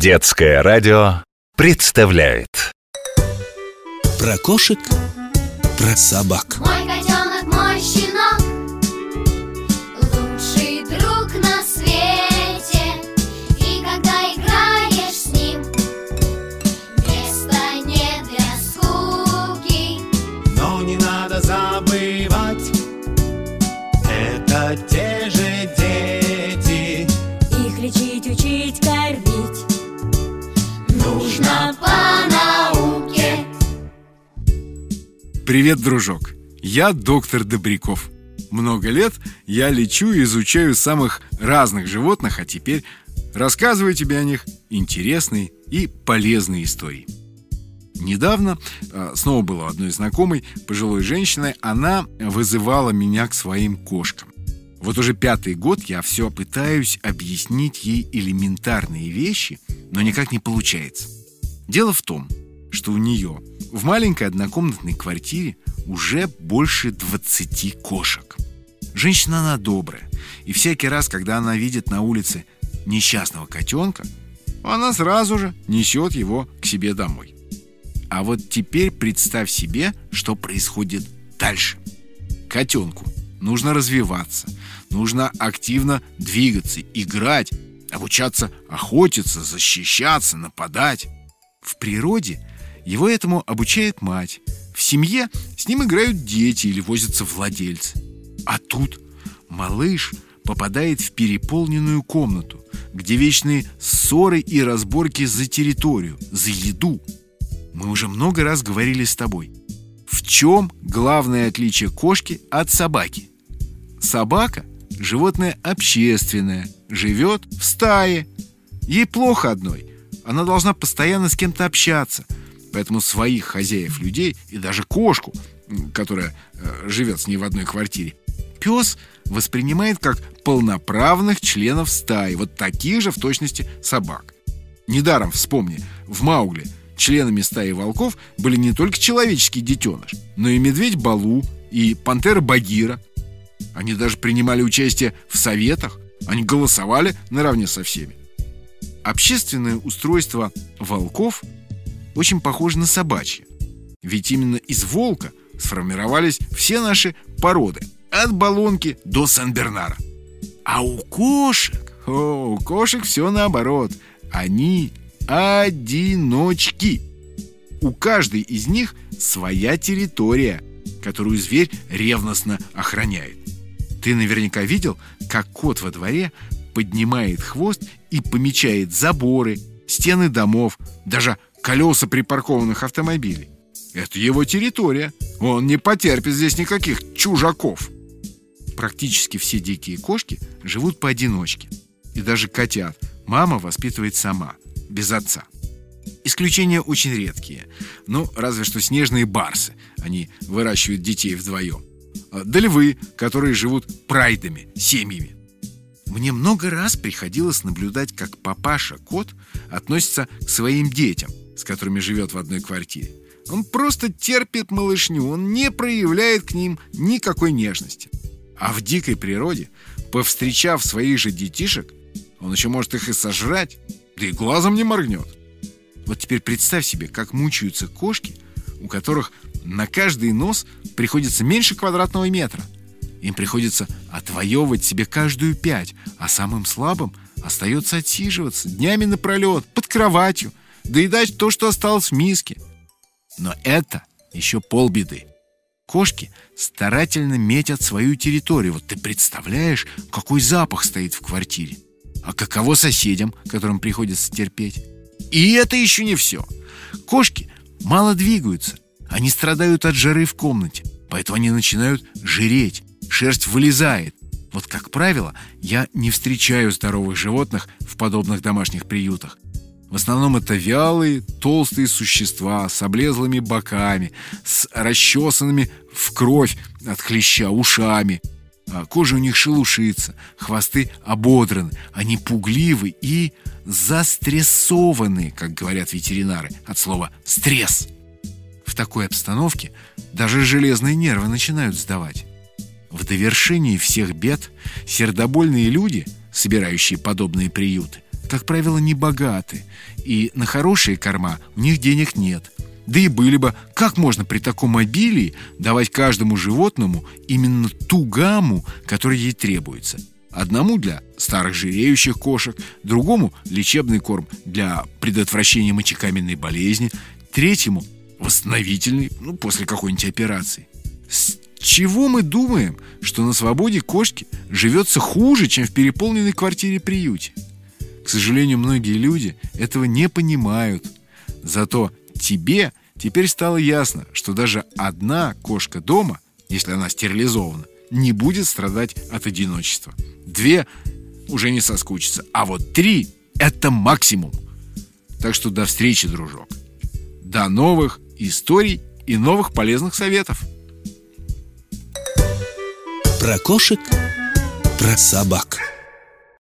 Детское радио представляет про кошек, про собак. Мой котенок, мой щенок, лучший друг на свете. И когда играешь с ним, места нет для скуки. Но не надо забывать, это те же дети. Их лечить, учить, кормить нужно по науке. Привет, дружок! Я доктор Добряков. Много лет я лечу и изучаю самых разных животных, а теперь рассказываю тебе о них интересные и полезные истории. Недавно снова была у одной знакомой, пожилой женщины. Она вызывала меня к своим кошкам. Вот уже 5-й год я все пытаюсь объяснить ей элементарные вещи, но никак не получается. Дело в том, что у нее в маленькой однокомнатной квартире уже больше 20 кошек. Женщина она добрая, и всякий раз, когда она видит на улице несчастного котенка, она сразу же несет его к себе домой. А вот теперь представь себе, что происходит дальше. Котенку нужно развиваться, нужно активно двигаться, играть, обучаться охотиться, защищаться, нападать. В природе его этому обучает мать. В семье с ним играют дети или возятся владельцы. А тут малыш попадает в переполненную комнату, где вечные ссоры и разборки за территорию, за еду. Мы уже много раз говорили с тобой. В чем главное отличие кошки от собаки? Собака – животное общественное, живет в стае. Ей плохо одной. Она должна постоянно с кем-то общаться. Поэтому своих хозяев людей и даже кошку, которая живет с ней в одной квартире, пес воспринимает как полноправных членов стаи, вот таких же в точности собак. Недаром, вспомни, в Маугли членами стаи волков были не только человеческий детеныш, но и медведь Балу и пантера Багира. Они даже принимали участие в советах, они голосовали наравне со всеми. Общественное устройство волков очень похоже на собачье. Ведь именно из волка сформировались все наши породы, от Болонки до Сен-Бернара. А у кошек все наоборот. Они одиночки. У каждой из них своя территория, которую зверь ревностно охраняет. Ты наверняка видел, как кот во дворе поднимает хвост и помечает заборы, стены домов, даже колеса припаркованных автомобилей. Это его территория. Он не потерпит здесь никаких чужаков. Практически все дикие кошки живут поодиночке. И даже котят мама воспитывает сама, без отца. Исключения очень редкие. Ну, разве что снежные барсы. Они выращивают детей вдвоем. Да львы, которые живут прайдами, семьями. Мне много раз приходилось наблюдать, как папаша-кот относится к своим детям, с которыми живет в одной квартире. Он просто терпит малышню, он не проявляет к ним никакой нежности. А в дикой природе, повстречав своих же детишек, он еще может их и сожрать, да и глазом не моргнет. Вот теперь представь себе, как мучаются кошки, у которых на каждый нос приходится меньше квадратного метра. Им приходится отвоевывать себе каждую пять, а самым слабым остается отсиживаться днями напролет, под кроватью, доедать то, что осталось в миске. Но это еще полбеды. Кошки старательно метят свою территорию. Вот ты представляешь, какой запах стоит в квартире. А каково соседям, которым приходится терпеть? И это еще не все. Кошки мало двигаются. Они страдают от жары в комнате, поэтому они начинают жиреть. Шерсть вылезает. Вот, как правило, я не встречаю здоровых животных в подобных домашних приютах. В основном это вялые, толстые существа с облезлыми боками, с расчесанными в кровь от хлеща ушами. Кожа у них шелушится, хвосты ободраны, они пугливы и застрессованы, как говорят ветеринары, от слова «стресс». В такой обстановке даже железные нервы начинают сдавать. В довершении всех бед сердобольные люди, собирающие подобные приюты, как правило, не богаты, и на хорошие корма у них денег нет. Да и были бы, как можно при таком обилии давать каждому животному именно ту гамму, которая ей требуется? Одному для старых жиреющих кошек, другому лечебный корм для предотвращения мочекаменной болезни, третьему восстановительный, после какой-нибудь операции. С чего мы думаем, что на свободе кошке живется хуже, чем в переполненной квартире-приюте? К сожалению, многие люди этого не понимают. Зато тебе теперь стало ясно, что даже одна кошка дома, если она стерилизована, не будет страдать от одиночества. 2 уже не соскучится, а вот 3 – это максимум. Так что до встречи, дружок. До новых историй и новых полезных советов. Про кошек, про собак.